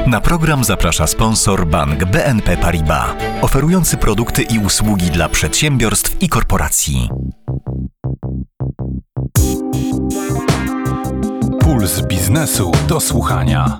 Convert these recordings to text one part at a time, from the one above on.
Na program zaprasza sponsor bank BNP Paribas, oferujący produkty i usługi dla przedsiębiorstw i korporacji. Puls biznesu do słuchania.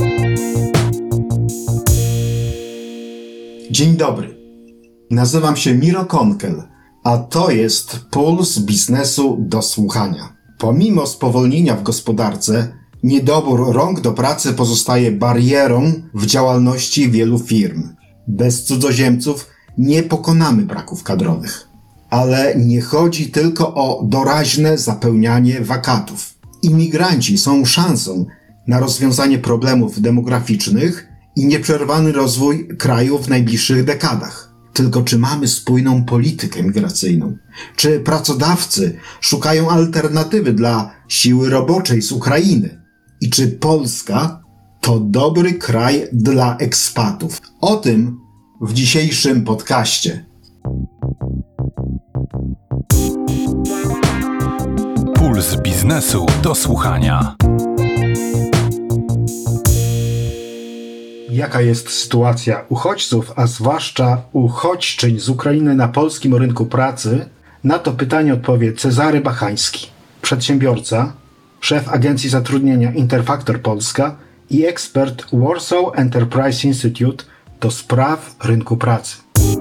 Dzień dobry. Nazywam się Miro Konkel, a to jest Puls biznesu do słuchania. Pomimo spowolnienia w gospodarce, niedobór rąk do pracy pozostaje barierą w działalności wielu firm. Bez cudzoziemców nie pokonamy braków kadrowych. Ale nie chodzi tylko o doraźne zapełnianie wakatów. Imigranci są szansą na rozwiązanie problemów demograficznych i nieprzerwany rozwój kraju w najbliższych dekadach. Tylko czy mamy spójną politykę migracyjną? Czy pracodawcy szukają alternatywy dla siły roboczej z Ukrainy? I czy Polska to dobry kraj dla ekspatów? O tym w dzisiejszym podcaście. Puls biznesu do słuchania. Jaka jest sytuacja uchodźców, a zwłaszcza uchodźczyń z Ukrainy na polskim rynku pracy? Na to pytanie odpowie Cezary Bachański, przedsiębiorca, szef agencji zatrudnienia Interfaktor Polska i ekspert Warsaw Enterprise Institute do spraw rynku pracy.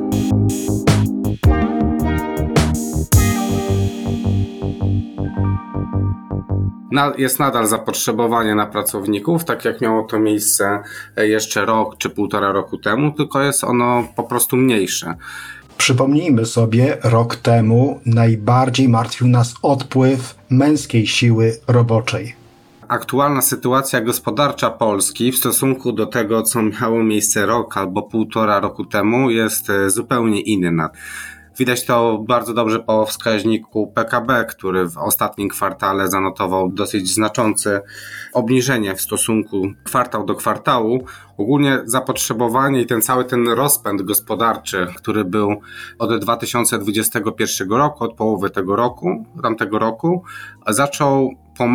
Jest nadal zapotrzebowanie na pracowników, tak jak miało to miejsce jeszcze rok czy półtora roku temu, tylko jest ono po prostu mniejsze. Przypomnijmy sobie, rok temu najbardziej martwił nas odpływ męskiej siły roboczej. Aktualna sytuacja gospodarcza Polski w stosunku do tego, co miało miejsce rok albo półtora roku temu, jest zupełnie inna. Widać to bardzo dobrze po wskaźniku PKB, który w ostatnim kwartale zanotował dosyć znaczące obniżenie w stosunku kwartał do kwartału. Ogólnie zapotrzebowanie i cały ten rozpęd gospodarczy, który był od 2021 roku, od połowy tamtego roku, zaczął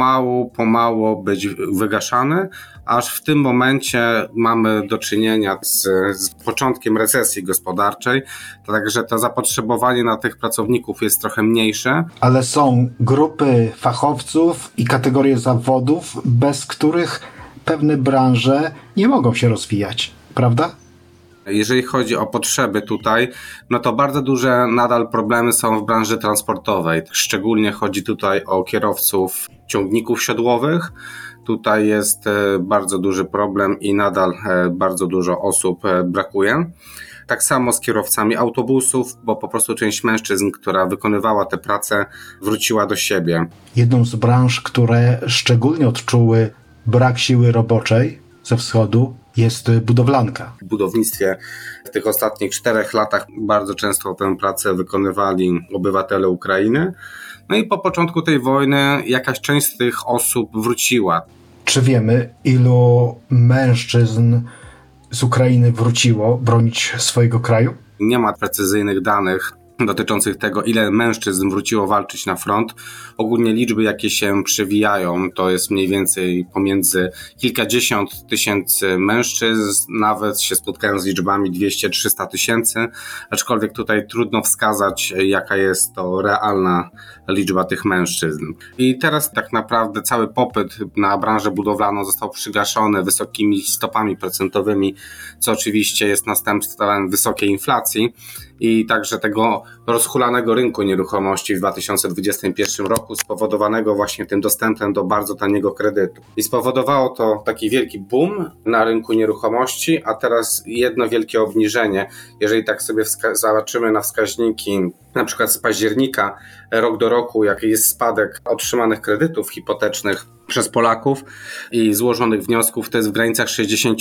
pomału być wygaszany, aż w tym momencie mamy do czynienia z początkiem recesji gospodarczej, także to zapotrzebowanie na tych pracowników jest trochę mniejsze. Ale są grupy fachowców i kategorie zawodów, bez których pewne branże nie mogą się rozwijać, prawda? Jeżeli chodzi o potrzeby tutaj, no to bardzo duże nadal problemy są w branży transportowej. Szczególnie chodzi tutaj o kierowców ciągników siodłowych. Tutaj jest bardzo duży problem i nadal bardzo dużo osób brakuje. Tak samo z kierowcami autobusów, bo po prostu część mężczyzn, która wykonywała tę pracę, wróciła do siebie. Jedną z branż, które szczególnie odczuły brak siły roboczej ze wschodu, jest budowlanka. W budownictwie w tych ostatnich 4 latach bardzo często tę pracę wykonywali obywatele Ukrainy. No i po początku tej wojny jakaś część z tych osób wróciła. Czy wiemy, ilu mężczyzn z Ukrainy wróciło bronić swojego kraju? Nie ma precyzyjnych danych dotyczących tego, ile mężczyzn wróciło walczyć na front. Ogólnie liczby, jakie się przewijają, to jest mniej więcej pomiędzy kilkadziesiąt tysięcy mężczyzn, nawet się spotkałem z liczbami 200-300 tysięcy, aczkolwiek tutaj trudno wskazać, jaka jest to realna liczba tych mężczyzn. I teraz tak naprawdę cały popyt na branżę budowlaną został przygaszony wysokimi stopami procentowymi, co oczywiście jest następstwem wysokiej inflacji i także tego rozhulanego rynku nieruchomości w 2021 roku, spowodowanego właśnie tym dostępem do bardzo taniego kredytu. I spowodowało to taki wielki boom na rynku nieruchomości, a teraz jedno wielkie obniżenie. Jeżeli tak sobie zobaczymy na wskaźniki, na przykład z października, rok do roku, jaki jest spadek otrzymanych kredytów hipotecznych przez Polaków i złożonych wniosków, to jest w granicach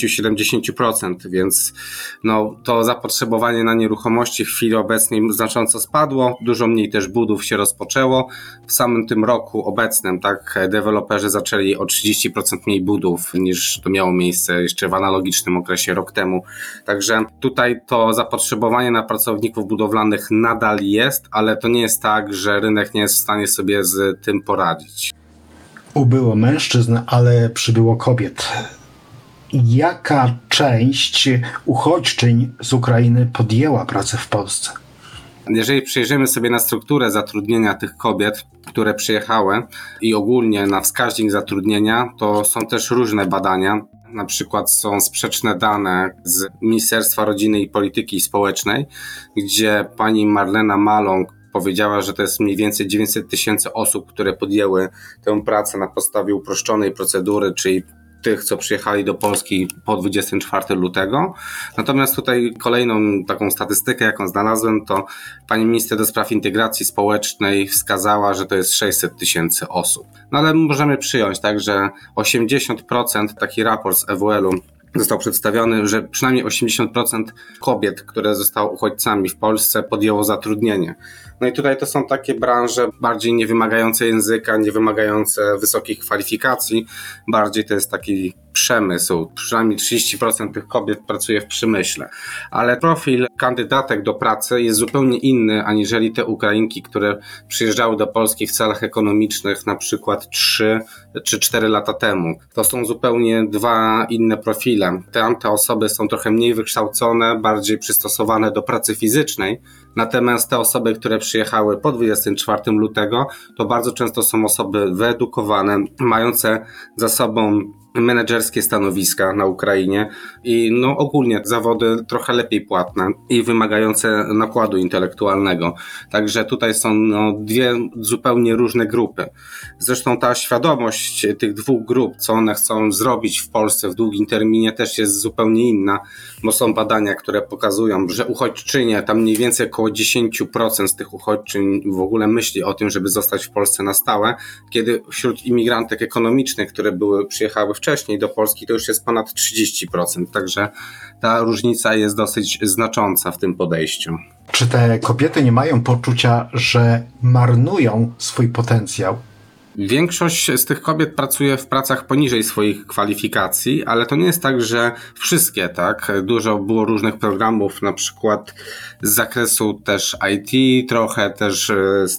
60-70%, więc to zapotrzebowanie na nieruchomości w chwili obecnej znacząco spadło, dużo mniej też budów się rozpoczęło. W samym tym roku obecnym, deweloperzy zaczęli o 30% mniej budów niż to miało miejsce jeszcze w analogicznym okresie rok temu. Także tutaj to zapotrzebowanie na pracowników budowlanych nadal jest, ale to nie jest tak, że rynek nie jest w stanie sobie z tym poradzić. Ubyło mężczyzn, ale przybyło kobiet. Jaka część uchodźczyń z Ukrainy podjęła pracę w Polsce? Jeżeli przyjrzymy sobie na strukturę zatrudnienia tych kobiet, które przyjechały i ogólnie na wskaźnik zatrudnienia, to są też różne badania. Na przykład są sprzeczne dane z Ministerstwa Rodziny i Polityki Społecznej, gdzie pani Marlena Maląg powiedziała, że to jest mniej więcej 900 000 osób, które podjęły tę pracę na podstawie uproszczonej procedury, czyli tych, co przyjechali do Polski po 24 lutego. Natomiast tutaj kolejną taką statystykę, jaką znalazłem, to pani minister do spraw integracji społecznej wskazała, że to jest 600 000 osób. No ale możemy przyjąć, tak, że 80%, taki raport z EWL-u został przedstawiony, że przynajmniej 80% kobiet, które zostały uchodźcami w Polsce, podjęło zatrudnienie. No i tutaj to są takie branże bardziej nie wymagające języka, nie wymagające wysokich kwalifikacji, bardziej to jest taki przemysł. Przynajmniej 30% tych kobiet pracuje w przemyśle. Ale profil kandydatek do pracy jest zupełnie inny, aniżeli te Ukrainki, które przyjeżdżały do Polski w celach ekonomicznych na przykład 3 czy 4 lata temu. To są zupełnie dwa inne profile. Te osoby są trochę mniej wykształcone, bardziej przystosowane do pracy fizycznej, natomiast te osoby, które przyjechały po 24 lutego, to bardzo często są osoby wyedukowane, mające za sobą menedżerskie stanowiska na Ukrainie i ogólnie zawody trochę lepiej płatne i wymagające nakładu intelektualnego. Także tutaj są dwie zupełnie różne grupy. Zresztą ta świadomość tych dwóch grup, co one chcą zrobić w Polsce w długim terminie, też jest zupełnie inna, bo są badania, które pokazują, że uchodźczynie, tam mniej więcej około 10% z tych uchodźczyń w ogóle myśli o tym, żeby zostać w Polsce na stałe, kiedy wśród imigrantek ekonomicznych, które przyjechały wcześniej do Polski, to już jest ponad 30%. Także ta różnica jest dosyć znacząca w tym podejściu. Czy te kobiety nie mają poczucia, że marnują swój potencjał? Większość z tych kobiet pracuje w pracach poniżej swoich kwalifikacji, ale to nie jest tak, że wszystkie, tak? Dużo było różnych programów, na przykład z zakresu też IT, trochę też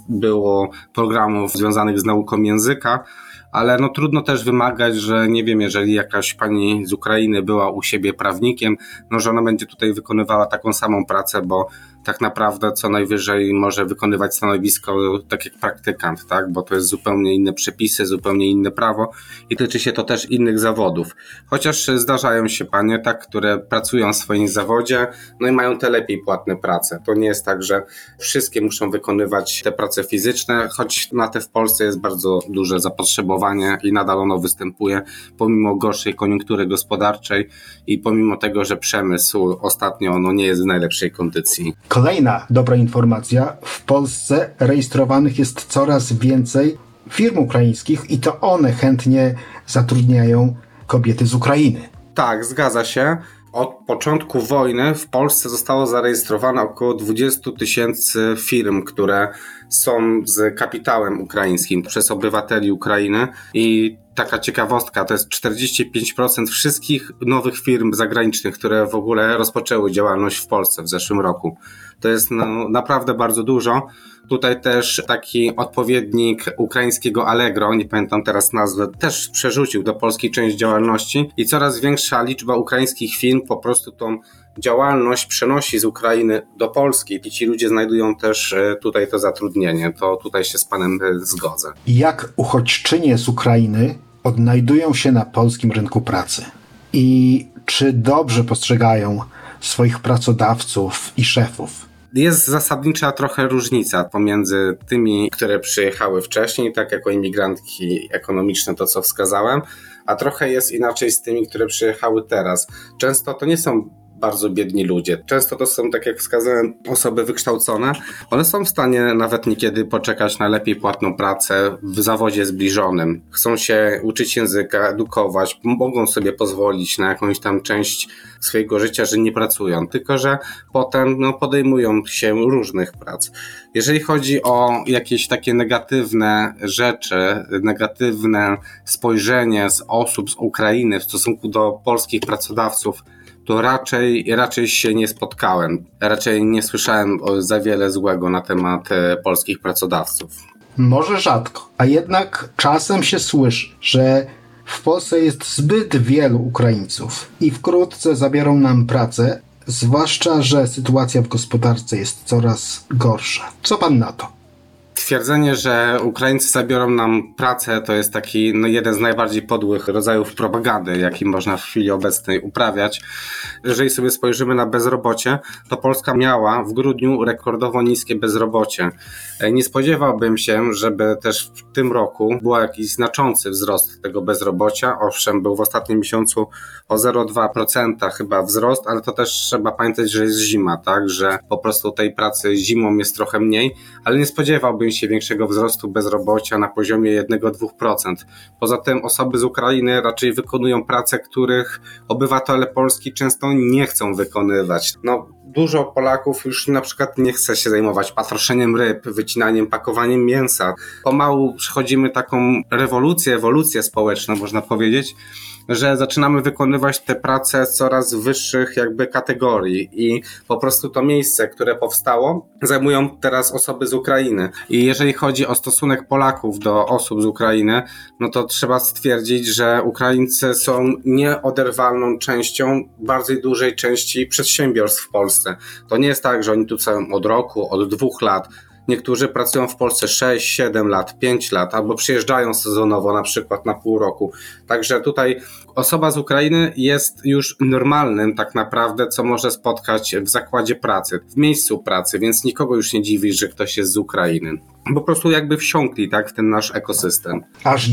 było programów związanych z nauką języka, ale trudno też wymagać, że nie wiem, jeżeli jakaś pani z Ukrainy była u siebie prawnikiem, że ona będzie tutaj wykonywała taką samą pracę, bo tak naprawdę co najwyżej może wykonywać stanowisko tak jak praktykant, tak? Bo to jest zupełnie inne przepisy, zupełnie inne prawo i tyczy się to też innych zawodów. Chociaż zdarzają się panie, tak, które pracują w swoim zawodzie, i mają te lepiej płatne prace. To nie jest tak, że wszystkie muszą wykonywać te prace fizyczne, choć na te w Polsce jest bardzo duże zapotrzebowanie i nadal ono występuje, pomimo gorszej koniunktury gospodarczej i pomimo tego, że przemysł ostatnio nie jest w najlepszej kondycji. Kolejna dobra informacja. W Polsce rejestrowanych jest coraz więcej firm ukraińskich i to one chętnie zatrudniają kobiety z Ukrainy. Tak, zgadza się. Od początku wojny w Polsce zostało zarejestrowane około 20 000 firm, które są z kapitałem ukraińskim przez obywateli Ukrainy i taka ciekawostka, to jest 45% wszystkich nowych firm zagranicznych, które w ogóle rozpoczęły działalność w Polsce w zeszłym roku. To jest naprawdę bardzo dużo. Tutaj też taki odpowiednik ukraińskiego Allegro, nie pamiętam teraz nazwy, też przerzucił do Polski część działalności i coraz większa liczba ukraińskich firm po prostu tą działalność przenosi z Ukrainy do Polski i ci ludzie znajdują też tutaj to zatrudnienie. To tutaj się z panem zgodzę. Jak uchodźczynie z Ukrainy odnajdują się na polskim rynku pracy? I czy dobrze postrzegają swoich pracodawców i szefów? Jest zasadnicza trochę różnica pomiędzy tymi, które przyjechały wcześniej, tak jako imigrantki ekonomiczne, to co wskazałem, a trochę jest inaczej z tymi, które przyjechały teraz. Często to nie są bardzo biedni ludzie. Często to są, tak jak wskazałem, osoby wykształcone. One są w stanie nawet niekiedy poczekać na lepiej płatną pracę w zawodzie zbliżonym. Chcą się uczyć języka, edukować, mogą sobie pozwolić na jakąś tam część swojego życia, że nie pracują, tylko że potem podejmują się różnych prac. Jeżeli chodzi o jakieś takie negatywne rzeczy, negatywne spojrzenie z osób z Ukrainy w stosunku do polskich pracodawców, to raczej się nie spotkałem. Raczej nie słyszałem za wiele złego na temat polskich pracodawców. Może rzadko, a jednak czasem się słyszy, że W Polsce jest zbyt wielu Ukraińców i wkrótce zabiorą nam pracę, zwłaszcza że sytuacja w gospodarce jest coraz gorsza. Co pan na to? Twierdzenie, że Ukraińcy zabiorą nam pracę, to jest taki jeden z najbardziej podłych rodzajów propagandy, jaki można w chwili obecnej uprawiać. Jeżeli sobie spojrzymy na bezrobocie, to Polska miała w grudniu rekordowo niskie bezrobocie. Nie spodziewałbym się, żeby też w tym roku był jakiś znaczący wzrost tego bezrobocia. Owszem, był w ostatnim miesiącu o 0,2% chyba wzrost, ale to też trzeba pamiętać, że jest zima, tak, że po prostu tej pracy zimą jest trochę mniej, ale nie spodziewałbym się większego wzrostu bezrobocia na poziomie 1-2%. Poza tym osoby z Ukrainy raczej wykonują prace, których obywatele Polski często nie chcą wykonywać. Dużo Polaków już na przykład nie chce się zajmować patroszeniem ryb, wycinaniem, pakowaniem mięsa. Pomału przechodzimy taką ewolucję społeczną, można powiedzieć, że zaczynamy wykonywać te prace coraz wyższych kategorii i po prostu to miejsce, które powstało, zajmują teraz osoby z Ukrainy. I jeżeli chodzi o stosunek Polaków do osób z Ukrainy, to trzeba stwierdzić, że Ukraińcy są nieoderwalną częścią bardzo dużej części przedsiębiorstw w Polsce. To nie jest tak, że oni tu są od roku, od 2 lat. Niektórzy pracują w Polsce 6, 7 lat, 5 lat, albo przyjeżdżają sezonowo, na przykład na pół roku. Także tutaj osoba z Ukrainy jest już normalnym tak naprawdę, co może spotkać w zakładzie pracy, w miejscu pracy, więc nikogo już nie dziwi, że ktoś jest z Ukrainy. Po prostu wsiąkli w ten nasz ekosystem. Aż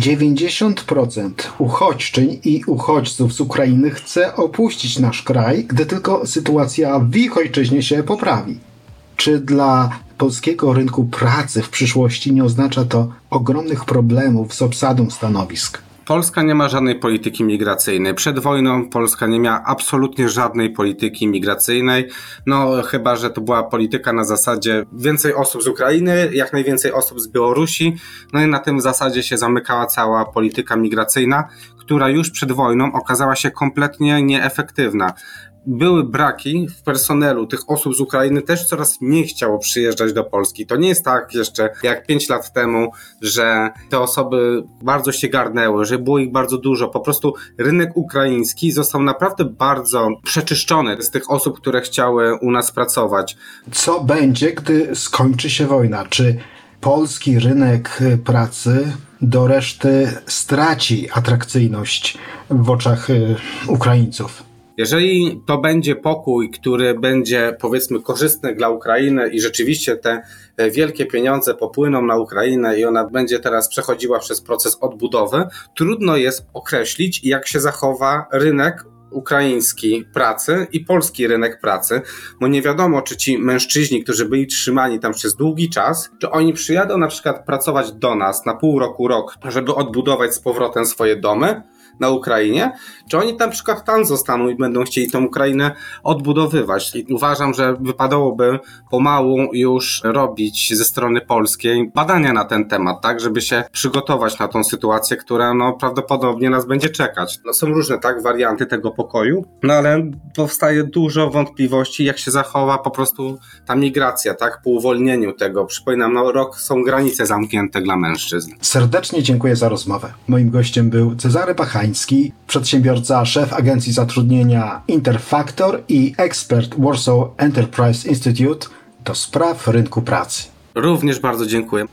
90% uchodźczyń i uchodźców z Ukrainy chce opuścić nasz kraj, gdy tylko sytuacja w ich ojczyźnie się poprawi. Czy dla polskiego rynku pracy w przyszłości nie oznacza to ogromnych problemów z obsadą stanowisk? Polska nie ma żadnej polityki migracyjnej. Przed wojną Polska nie miała absolutnie żadnej polityki migracyjnej. Chyba że to była polityka na zasadzie więcej osób z Ukrainy, jak najwięcej osób z Białorusi. I na tym zasadzie się zamykała cała polityka migracyjna, która już przed wojną okazała się kompletnie nieefektywna. Były braki w personelu, tych osób z Ukrainy też coraz mniej chciało przyjeżdżać do Polski. To nie jest tak jeszcze jak 5 lat temu, że te osoby bardzo się garnęły, że było ich bardzo dużo. Po prostu rynek ukraiński został naprawdę bardzo przeczyszczony z tych osób, które chciały u nas pracować. Co będzie, gdy skończy się wojna? Czy polski rynek pracy do reszty straci atrakcyjność w oczach Ukraińców? Jeżeli to będzie pokój, który będzie powiedzmy korzystny dla Ukrainy i rzeczywiście te wielkie pieniądze popłyną na Ukrainę i ona będzie teraz przechodziła przez proces odbudowy, trudno jest określić, jak się zachowa rynek ukraiński pracy i polski rynek pracy, bo nie wiadomo, czy ci mężczyźni, którzy byli trzymani tam przez długi czas, czy oni przyjadą na przykład pracować do nas na pół roku, rok, żeby odbudować z powrotem swoje domy na Ukrainie, czy oni na przykład tam zostaną i będą chcieli tą Ukrainę odbudowywać. I uważam, że wypadałoby pomału już robić ze strony polskiej badania na ten temat, tak, żeby się przygotować na tą sytuację, która prawdopodobnie nas będzie czekać. Są różne warianty tego pokoju, ale powstaje dużo wątpliwości, jak się zachowa po prostu ta migracja, po uwolnieniu tego. Przypominam, rok są granice zamknięte dla mężczyzn. Serdecznie dziękuję za rozmowę. Moim gościem był Cezary Bachański, przedsiębiorca, szef agencji zatrudnienia Interfactor i ekspert Warsaw Enterprise Institute do spraw rynku pracy. Również bardzo dziękuję.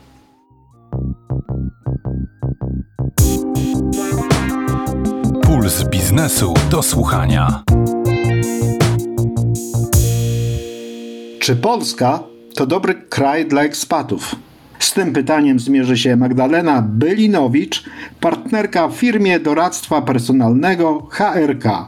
Puls biznesu do słuchania. Czy Polska to dobry kraj dla ekspatów? Z tym pytaniem zmierzy się Magdalena Bylinowicz, partnerka w firmie doradztwa personalnego HRK.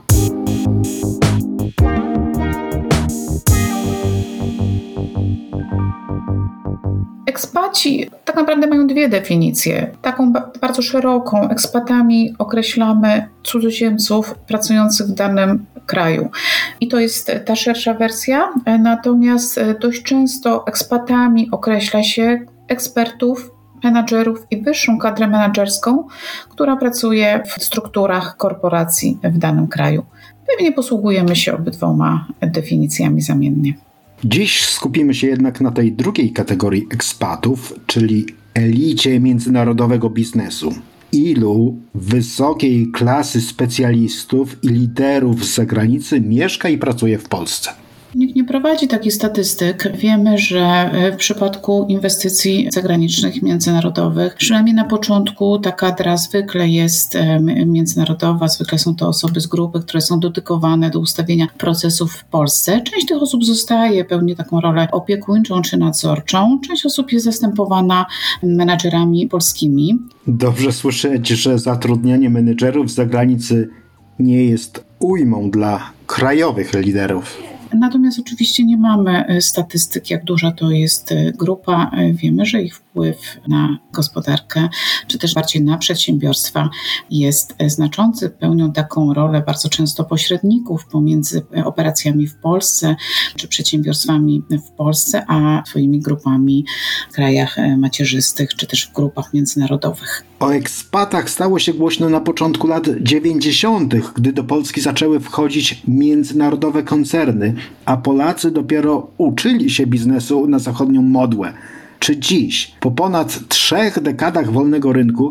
Ekspaci tak naprawdę mają dwie definicje. Taką bardzo szeroką. Ekspatami określamy cudzoziemców pracujących w danym kraju. I to jest ta szersza wersja. Natomiast dość często ekspatami określa się ekspertów, menadżerów i wyższą kadrę menadżerską, która pracuje w strukturach korporacji w danym kraju. Pewnie posługujemy się obydwoma definicjami zamiennie. Dziś skupimy się jednak na tej drugiej kategorii ekspatów, czyli elicie międzynarodowego biznesu. ilu wysokiej klasy specjalistów i liderów z zagranicy mieszka i pracuje w Polsce? Nikt nie prowadzi takich statystyk. Wiemy, że w przypadku inwestycji zagranicznych, międzynarodowych, przynajmniej na początku ta kadra zwykle jest międzynarodowa, zwykle są to osoby z grupy, które są dedykowane do ustawienia procesów w Polsce. Część tych osób zostaje, pełni taką rolę opiekuńczą czy nadzorczą. Część osób jest zastępowana menadżerami polskimi. Dobrze słyszeć, że zatrudnianie menedżerów z zagranicy nie jest ujmą dla krajowych liderów. Natomiast oczywiście nie mamy statystyk, jak duża to jest grupa. Wiemy, że ich wpływ na gospodarkę, czy też bardziej na przedsiębiorstwa jest znaczący. Pełnią taką rolę bardzo często pośredników pomiędzy operacjami w Polsce, czy przedsiębiorstwami w Polsce, a swoimi grupami w krajach macierzystych, czy też w grupach międzynarodowych. O ekspatach stało się głośno na początku lat 90., gdy do Polski zaczęły wchodzić międzynarodowe koncerny, a Polacy dopiero uczyli się biznesu na zachodnią modłę. Czy dziś, po ponad 3 dekadach wolnego rynku,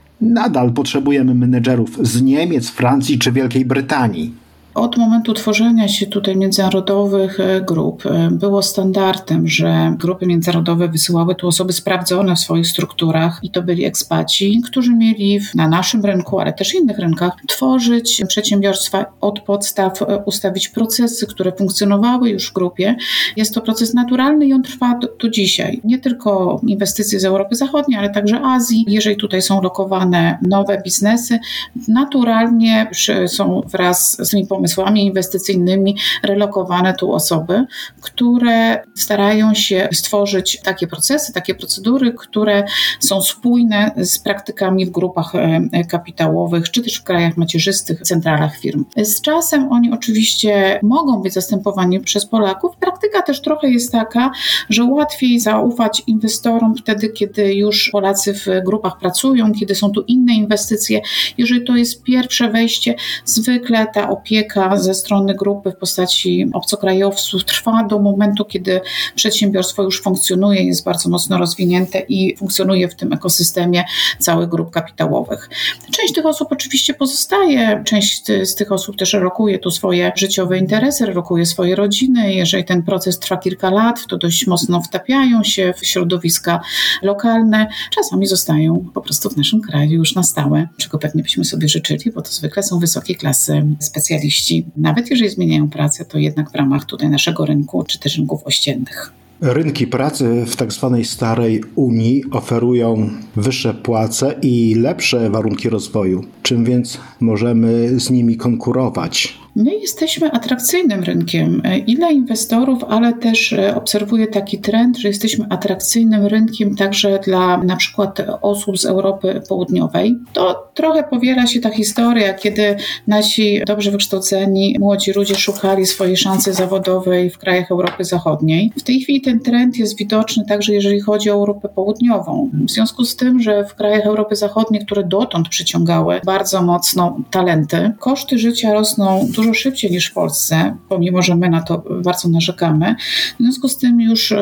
nadal potrzebujemy menedżerów z Niemiec, Francji czy Wielkiej Brytanii? Od momentu tworzenia się tutaj międzynarodowych grup było standardem, że grupy międzynarodowe wysyłały tu osoby sprawdzone w swoich strukturach i to byli ekspaci, którzy mieli na naszym rynku, ale też innych rynkach tworzyć przedsiębiorstwa od podstaw, ustawić procesy, które funkcjonowały już w grupie. Jest to proces naturalny i on trwa do dzisiaj. Nie tylko inwestycje z Europy Zachodniej, ale także Azji. Jeżeli tutaj są lokowane nowe biznesy, naturalnie są wraz z tymi pomysłami inwestycyjnymi relokowane tu osoby, które starają się stworzyć takie procesy, takie procedury, które są spójne z praktykami w grupach kapitałowych, czy też w krajach macierzystych, centralach firm. Z czasem oni oczywiście mogą być zastępowani przez Polaków. Praktyka też trochę jest taka, że łatwiej zaufać inwestorom wtedy, kiedy już Polacy w grupach pracują, kiedy są tu inne inwestycje. Jeżeli to jest pierwsze wejście, zwykle ta opieka ze strony grupy w postaci obcokrajowców trwa do momentu, kiedy przedsiębiorstwo już funkcjonuje, jest bardzo mocno rozwinięte i funkcjonuje w tym ekosystemie całych grup kapitałowych. Część tych osób oczywiście pozostaje, część z tych osób też relokuje tu swoje życiowe interesy, relokuje swoje rodziny. Jeżeli ten proces trwa kilka lat, to dość mocno wtapiają się w środowiska lokalne. Czasami zostają po prostu w naszym kraju już na stałe, czego pewnie byśmy sobie życzyli, bo to zwykle są wysokiej klasy specjaliści. Nawet jeżeli zmieniają pracę, to jednak w ramach tutaj naszego rynku, czy też rynków ościennych. Rynki pracy w tak zwanej starej Unii oferują wyższe płace i lepsze warunki rozwoju. Czym więc możemy z nimi konkurować? My jesteśmy atrakcyjnym rynkiem. Ile inwestorów, ale też obserwuję taki trend, że jesteśmy atrakcyjnym rynkiem także dla na przykład osób z Europy Południowej. To trochę powiela się ta historia, kiedy nasi dobrze wykształceni młodzi ludzie szukali swojej szansy zawodowej w krajach Europy Zachodniej. W tej chwili ten trend jest widoczny także jeżeli chodzi o Europę Południową. W związku z tym, że w krajach Europy Zachodniej, które dotąd przyciągały bardzo mocno talenty, koszty życia rosną dużo szybciej niż w Polsce, pomimo że my na to bardzo narzekamy. W związku z tym już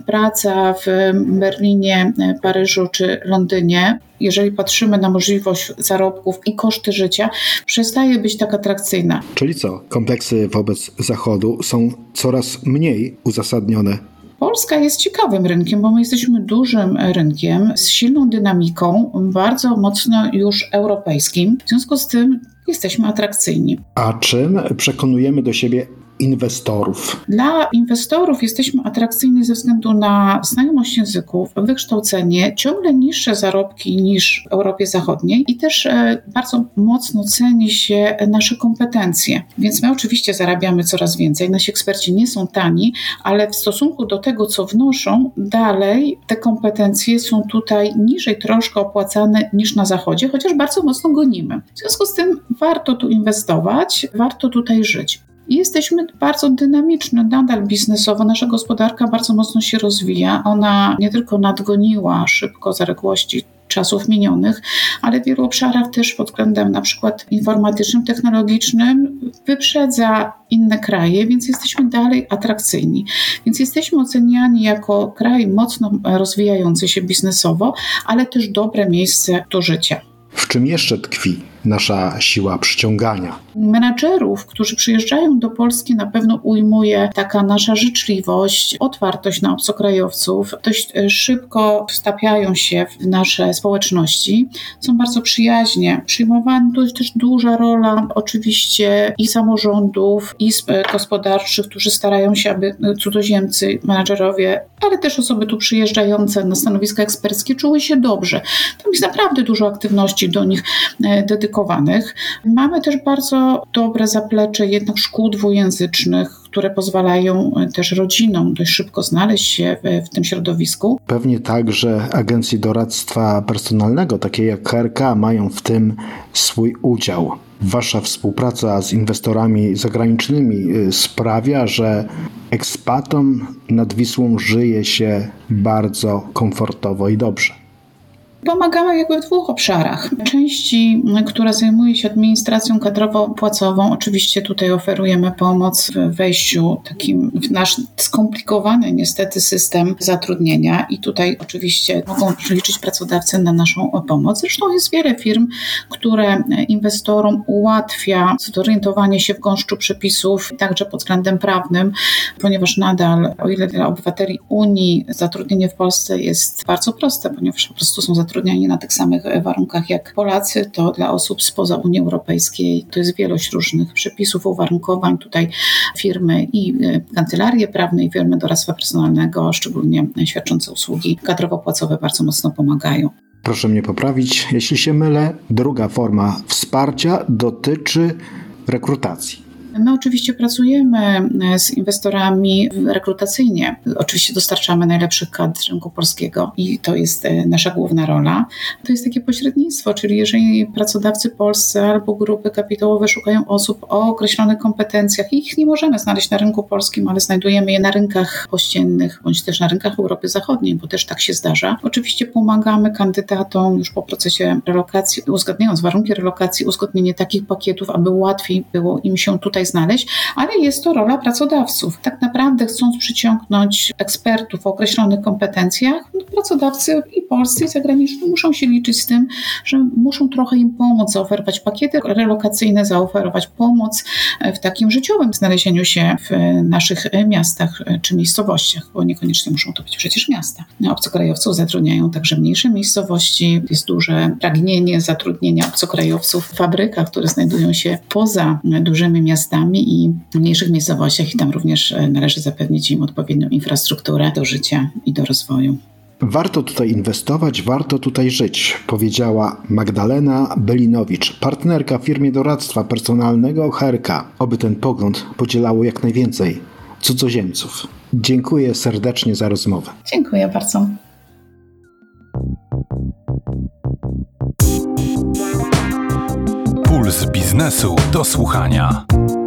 praca w Berlinie, Paryżu czy Londynie, jeżeli patrzymy na możliwość zarobków i koszty życia, przestaje być tak atrakcyjna. Czyli co? Kompleksy wobec Zachodu są coraz mniej uzasadnione. Polska jest ciekawym rynkiem, bo my jesteśmy dużym rynkiem z silną dynamiką, bardzo mocno już europejskim. W związku z tym jesteśmy atrakcyjni. A czym przekonujemy do siebie inwestorów? Dla inwestorów jesteśmy atrakcyjni ze względu na znajomość języków, wykształcenie, ciągle niższe zarobki niż w Europie Zachodniej i też bardzo mocno ceni się nasze kompetencje. Więc my oczywiście zarabiamy coraz więcej. Nasi eksperci nie są tani, ale w stosunku do tego, co wnoszą, dalej te kompetencje są tutaj niżej troszkę opłacane niż na Zachodzie, chociaż bardzo mocno gonimy. W związku z tym warto tu inwestować, warto tutaj żyć. I jesteśmy bardzo dynamiczni, nadal biznesowo. Nasza gospodarka bardzo mocno się rozwija. Ona nie tylko nadgoniła szybko zaległości czasów minionych, ale w wielu obszarach też pod względem na przykład informatycznym, technologicznym wyprzedza inne kraje, więc jesteśmy dalej atrakcyjni. Więc jesteśmy oceniani jako kraj mocno rozwijający się biznesowo, ale też dobre miejsce do życia. W czym jeszcze tkwi nasza siła przyciągania? Menadżerów, którzy przyjeżdżają do Polski, na pewno ujmuje taka nasza życzliwość, otwartość na obcokrajowców. Dość szybko wtapiają się w nasze społeczności. Są bardzo przyjaźnie przyjmowani. To jest też duża rola oczywiście i samorządów, i izb gospodarczych, którzy starają się, aby cudzoziemcy, menadżerowie, ale też osoby tu przyjeżdżające na stanowiska eksperckie czuły się dobrze. Tam jest naprawdę dużo aktywności do nich dedykowanych. Mamy też bardzo dobre zaplecze jednak szkół dwujęzycznych, które pozwalają też rodzinom dość szybko znaleźć się w tym środowisku. Pewnie także agencje doradztwa personalnego, takie jak HRK, mają w tym swój udział. Wasza współpraca z inwestorami zagranicznymi sprawia, że ekspatom nad Wisłą żyje się bardzo komfortowo i dobrze. Pomagamy jakby w dwóch obszarach. Części, która zajmuje się administracją kadrowo-płacową, oczywiście tutaj oferujemy pomoc w wejściu takim w nasz skomplikowany niestety system zatrudnienia i tutaj oczywiście mogą liczyć pracodawcy na naszą pomoc. Zresztą jest wiele firm, które inwestorom ułatwia zorientowanie się w gąszczu przepisów, także pod względem prawnym, ponieważ nadal, o ile dla obywateli Unii zatrudnienie w Polsce jest bardzo proste, ponieważ po prostu są zatrudniani na tych samych warunkach jak Polacy, to dla osób spoza Unii Europejskiej to jest wielość różnych przepisów, uwarunkowań. Tutaj firmy i kancelarie prawne, i firmy doradztwa personalnego, szczególnie świadczące usługi kadrowo-płacowe, bardzo mocno pomagają. Proszę mnie poprawić, jeśli się mylę. Druga forma wsparcia dotyczy rekrutacji. My oczywiście pracujemy z inwestorami rekrutacyjnie. Oczywiście dostarczamy najlepszych kadr rynku polskiego i to jest nasza główna rola. To jest takie pośrednictwo, czyli jeżeli pracodawcy polscy albo grupy kapitałowe szukają osób o określonych kompetencjach i ich nie możemy znaleźć na rynku polskim, ale znajdujemy je na rynkach ościennych bądź też na rynkach Europy Zachodniej, bo też tak się zdarza. Oczywiście pomagamy kandydatom już po procesie relokacji, uzgadniając warunki relokacji, uzgodnienie takich pakietów, aby łatwiej było im się tutaj znaleźć, ale jest to rola pracodawców. Tak naprawdę chcąc przyciągnąć ekspertów o określonych kompetencjach, pracodawcy i polscy, i zagraniczni muszą się liczyć z tym, że muszą trochę im pomóc, zaoferować pakiety relokacyjne, zaoferować pomoc w takim życiowym znalezieniu się w naszych miastach czy miejscowościach, bo niekoniecznie muszą to być przecież miasta. Obcokrajowców zatrudniają także mniejsze miejscowości. Jest duże pragnienie zatrudnienia obcokrajowców w fabrykach, które znajdują się poza dużymi miastami i mniejszych miejscowościach i tam również należy zapewnić im odpowiednią infrastrukturę do życia i do rozwoju. Warto tutaj inwestować, warto tutaj żyć, powiedziała Magdalena Belinowicz, partnerka w firmie doradztwa personalnego HRK. Oby ten pogląd podzielało jak najwięcej cudzoziemców. Dziękuję serdecznie za rozmowę. Dziękuję bardzo. Puls biznesu do słuchania.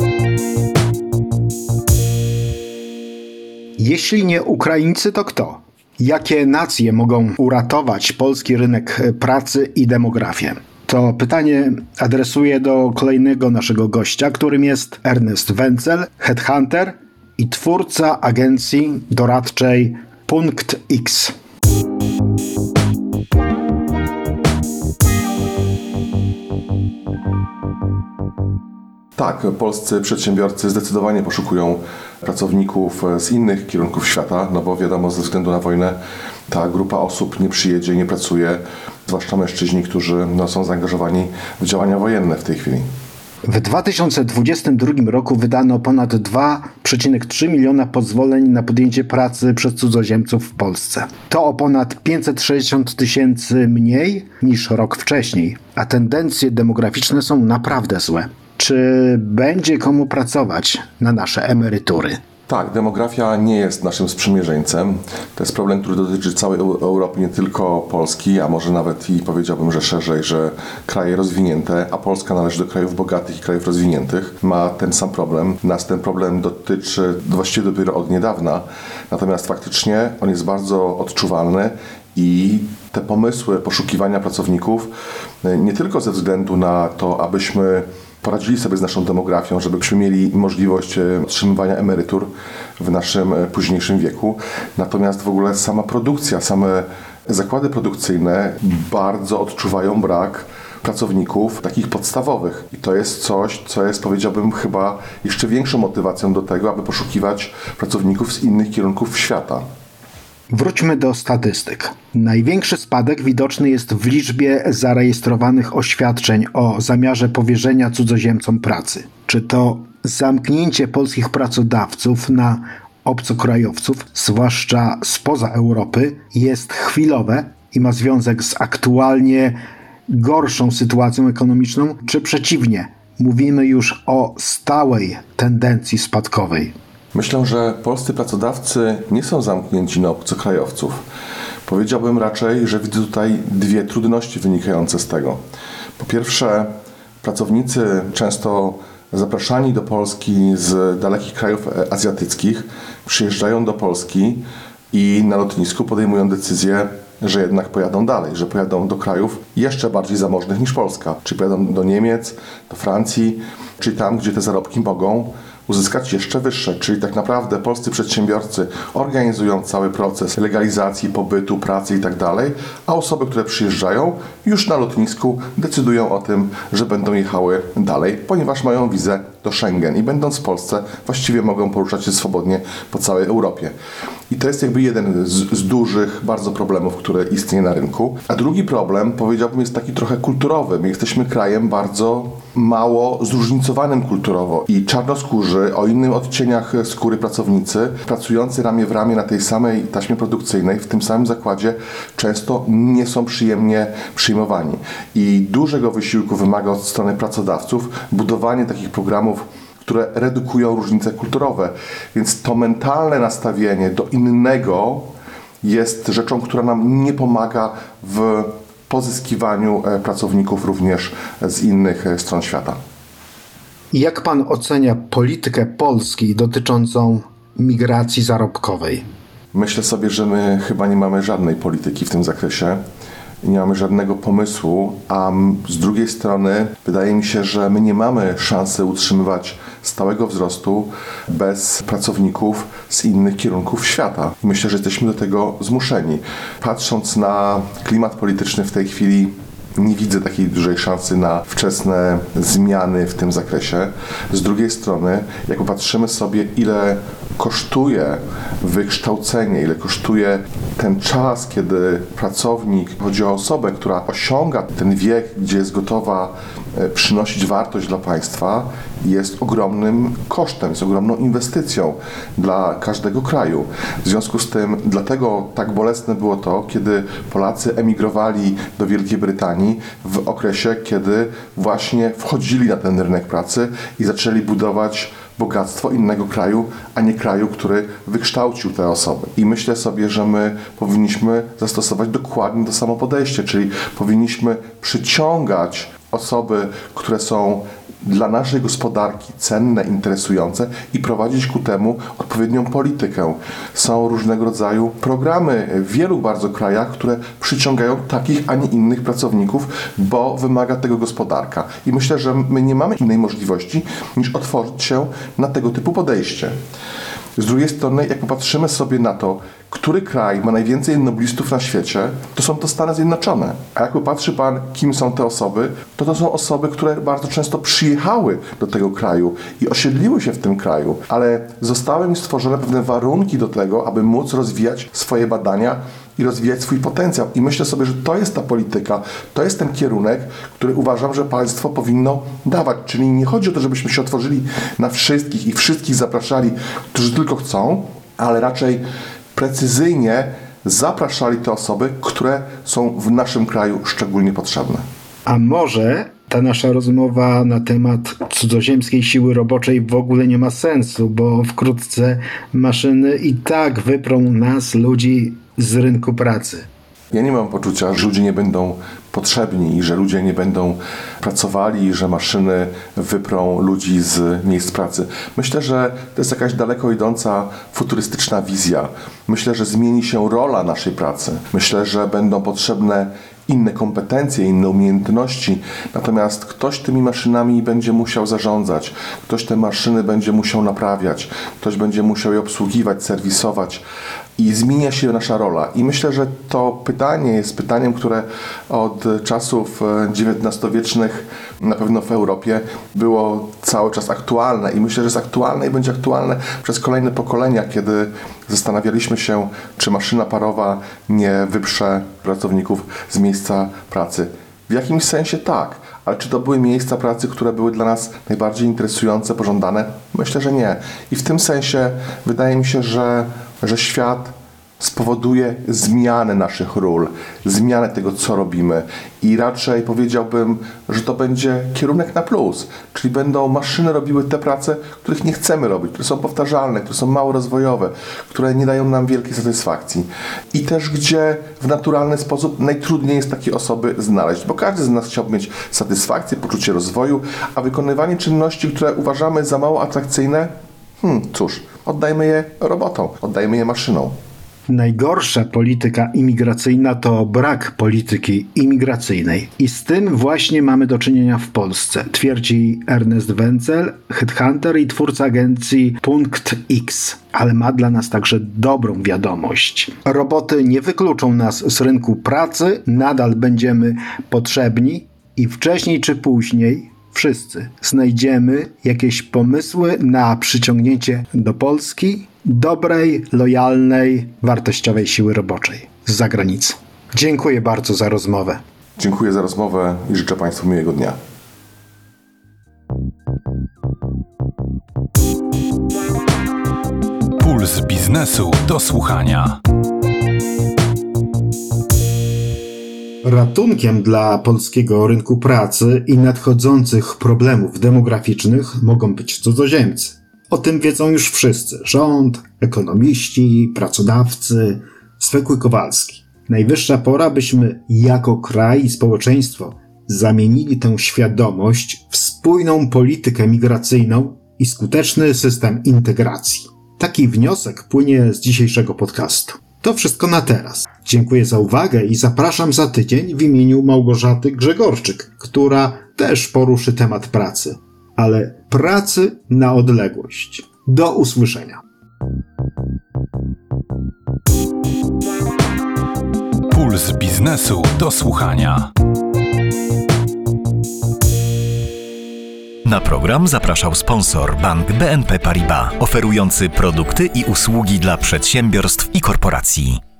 Jeśli nie Ukraińcy, to kto? Jakie nacje mogą uratować polski rynek pracy i demografię? To pytanie adresuję do kolejnego naszego gościa, którym jest Ernest Wenzel, headhunter i twórca agencji doradczej Punkt X. Tak, polscy przedsiębiorcy zdecydowanie poszukują pracowników z innych kierunków świata, no bo wiadomo, ze względu na wojnę ta grupa osób nie przyjedzie, nie pracuje, zwłaszcza mężczyźni, którzy są zaangażowani w działania wojenne w tej chwili. W 2022 roku wydano ponad 2,3 miliona pozwoleń na podjęcie pracy przez cudzoziemców w Polsce. To o ponad 560 tysięcy mniej niż rok wcześniej, a tendencje demograficzne są naprawdę złe. Czy będzie komu pracować na nasze emerytury? Tak, demografia nie jest naszym sprzymierzeńcem. To jest problem, który dotyczy całej Europy, nie tylko Polski, a może nawet i powiedziałbym, że szerzej, że kraje rozwinięte, a Polska należy do krajów bogatych i krajów rozwiniętych, ma ten sam problem. Nas ten problem dotyczy właściwie dopiero od niedawna, natomiast faktycznie on jest bardzo odczuwalny i te pomysły poszukiwania pracowników, nie tylko ze względu na to, abyśmy poradzili sobie z naszą demografią, żebyśmy mieli możliwość otrzymywania emerytur w naszym późniejszym wieku. Natomiast w ogóle sama produkcja, same zakłady produkcyjne bardzo odczuwają brak pracowników takich podstawowych. I to jest coś, co jest, powiedziałbym, chyba jeszcze większą motywacją do tego, aby poszukiwać pracowników z innych kierunków świata. Wróćmy do statystyk. Największy spadek widoczny jest w liczbie zarejestrowanych oświadczeń o zamiarze powierzenia cudzoziemcom pracy. Czy to zamknięcie polskich pracodawców na obcokrajowców, zwłaszcza spoza Europy, jest chwilowe i ma związek z aktualnie gorszą sytuacją ekonomiczną, czy przeciwnie, mówimy już o stałej tendencji spadkowej? Myślę, że polscy pracodawcy nie są zamknięci na obcokrajowców. Powiedziałbym raczej, że widzę tutaj dwie trudności wynikające z tego. Po pierwsze, pracownicy często zapraszani do Polski z dalekich krajów azjatyckich przyjeżdżają do Polski i na lotnisku podejmują decyzję, że jednak pojadą dalej, że pojadą do krajów jeszcze bardziej zamożnych niż Polska. Czyli pojadą do Niemiec, do Francji, czyli tam, gdzie te zarobki mogą uzyskać jeszcze wyższe. Czyli tak naprawdę polscy przedsiębiorcy organizują cały proces legalizacji, pobytu, pracy i tak dalej, a osoby, które przyjeżdżają już na lotnisku decydują o tym, że będą jechały dalej, ponieważ mają wizę do Schengen i będąc w Polsce właściwie mogą poruszać się swobodnie po całej Europie. I to jest jakby jeden z dużych bardzo problemów, które istnieje na rynku. A drugi problem, powiedziałbym, jest taki trochę kulturowy. My jesteśmy krajem bardzo mało zróżnicowanym kulturowo i czarnoskórzy o innych odcieniach skóry pracownicy pracujący ramię w ramię na tej samej taśmie produkcyjnej w tym samym zakładzie często nie są przyjemnie przyjmowani. I dużego wysiłku wymaga od strony pracodawców budowanie takich programów, które redukują różnice kulturowe. Więc to mentalne nastawienie do innego jest rzeczą, która nam nie pomaga w pozyskiwaniu pracowników również z innych stron świata. Jak pan ocenia politykę Polski dotyczącą migracji zarobkowej? Myślę sobie, że my chyba nie mamy żadnej polityki w tym zakresie. Nie mamy żadnego pomysłu, a z drugiej strony wydaje mi się, że my nie mamy szansy utrzymywać stałego wzrostu bez pracowników z innych kierunków świata. Myślę, że jesteśmy do tego zmuszeni. Patrząc na klimat polityczny w tej chwili, nie widzę takiej dużej szansy na wczesne zmiany w tym zakresie. Z drugiej strony, jak popatrzymy sobie, ile kosztuje wykształcenie, ile kosztuje ten czas, kiedy pracownik, chodzi o osobę, która osiąga ten wiek, gdzie jest gotowa przynosić wartość dla państwa, jest ogromnym kosztem, jest ogromną inwestycją dla każdego kraju. W związku z tym, dlatego tak bolesne było to, kiedy Polacy emigrowali do Wielkiej Brytanii w okresie, kiedy właśnie wchodzili na ten rynek pracy i zaczęli budować bogactwo innego kraju, a nie kraju, który wykształcił te osoby. I myślę sobie, że my powinniśmy zastosować dokładnie to samo podejście, czyli powinniśmy przyciągać osoby, które są dla naszej gospodarki cenne, interesujące i prowadzić ku temu odpowiednią politykę. Są różnego rodzaju programy w wielu bardzo krajach, które przyciągają takich, a nie innych pracowników, bo wymaga tego gospodarka. I myślę, że my nie mamy innej możliwości niż otworzyć się na tego typu podejście. Z drugiej strony, jak popatrzymy sobie na to, który kraj ma najwięcej noblistów na świecie, to są to Stany Zjednoczone. A jak popatrzy pan, kim są te osoby, to są osoby, które bardzo często przyjechały do tego kraju i osiedliły się w tym kraju, ale zostały im stworzone pewne warunki do tego, aby móc rozwijać swoje badania i rozwijać swój potencjał. I myślę sobie, że to jest ta polityka, to jest ten kierunek, który uważam, że państwo powinno dawać. Czyli nie chodzi o to, żebyśmy się otworzyli na wszystkich i wszystkich zapraszali, którzy tylko chcą, ale raczej precyzyjnie zapraszali te osoby, które są w naszym kraju szczególnie potrzebne. A może ta nasza rozmowa na temat cudzoziemskiej siły roboczej w ogóle nie ma sensu, bo wkrótce maszyny i tak wyprą nas, ludzi, z rynku pracy. Ja nie mam poczucia, że ludzie nie będą potrzebni i że ludzie nie będą pracowali i że maszyny wyprą ludzi z miejsc pracy. Myślę, że to jest jakaś daleko idąca, futurystyczna wizja. Myślę, że zmieni się rola naszej pracy. Myślę, że będą potrzebne inne kompetencje, inne umiejętności. Natomiast ktoś tymi maszynami będzie musiał zarządzać. Ktoś te maszyny będzie musiał naprawiać. Ktoś będzie musiał je obsługiwać, serwisować. i zmienia się nasza rola. I myślę, że to pytanie jest pytaniem, które od czasów XIX-wiecznych na pewno w Europie było cały czas aktualne i myślę, że jest aktualne i będzie aktualne przez kolejne pokolenia, kiedy zastanawialiśmy się, czy maszyna parowa nie wyprze pracowników z miejsca pracy. W jakimś sensie tak, ale czy to były miejsca pracy, które były dla nas najbardziej interesujące, pożądane? Myślę, że nie. I w tym sensie wydaje mi się, że świat spowoduje zmianę naszych ról, zmianę tego, co robimy i raczej powiedziałbym, że to będzie kierunek na plus, czyli będą maszyny robiły te prace, których nie chcemy robić, które są powtarzalne, które są mało rozwojowe, które nie dają nam wielkiej satysfakcji i też gdzie w naturalny sposób najtrudniej jest takie osoby znaleźć, bo każdy z nas chciałby mieć satysfakcję, poczucie rozwoju, a wykonywanie czynności, które uważamy za mało atrakcyjne, cóż, oddajmy je robotom, oddajmy je maszynom. Najgorsza polityka imigracyjna to brak polityki imigracyjnej. I z tym właśnie mamy do czynienia w Polsce, twierdzi Ernest Wenzel, headhunter i twórca agencji Punkt X. Ale ma dla nas także dobrą wiadomość. Roboty nie wykluczą nas z rynku pracy, nadal będziemy potrzebni i wcześniej czy później wszyscy znajdziemy jakieś pomysły na przyciągnięcie do Polski dobrej, lojalnej, wartościowej siły roboczej z zagranicy. Dziękuję bardzo za rozmowę. Dziękuję za rozmowę i życzę Państwu miłego dnia. Puls biznesu do słuchania. Ratunkiem dla polskiego rynku pracy i nadchodzących problemów demograficznych mogą być cudzoziemcy. O tym wiedzą już wszyscy: rząd, ekonomiści, pracodawcy, zwykły Kowalski. Najwyższa pora, byśmy jako kraj i społeczeństwo zamienili tę świadomość w spójną politykę migracyjną i skuteczny system integracji. Taki wniosek płynie z dzisiejszego podcastu. To wszystko na teraz. Dziękuję za uwagę i zapraszam za tydzień w imieniu Małgorzaty Grzegorczyk, która też poruszy temat pracy, ale pracy na odległość. Do usłyszenia. Puls biznesu do słuchania. Na program zapraszał sponsor bank BNP Paribas, oferujący produkty i usługi dla przedsiębiorstw i korporacji.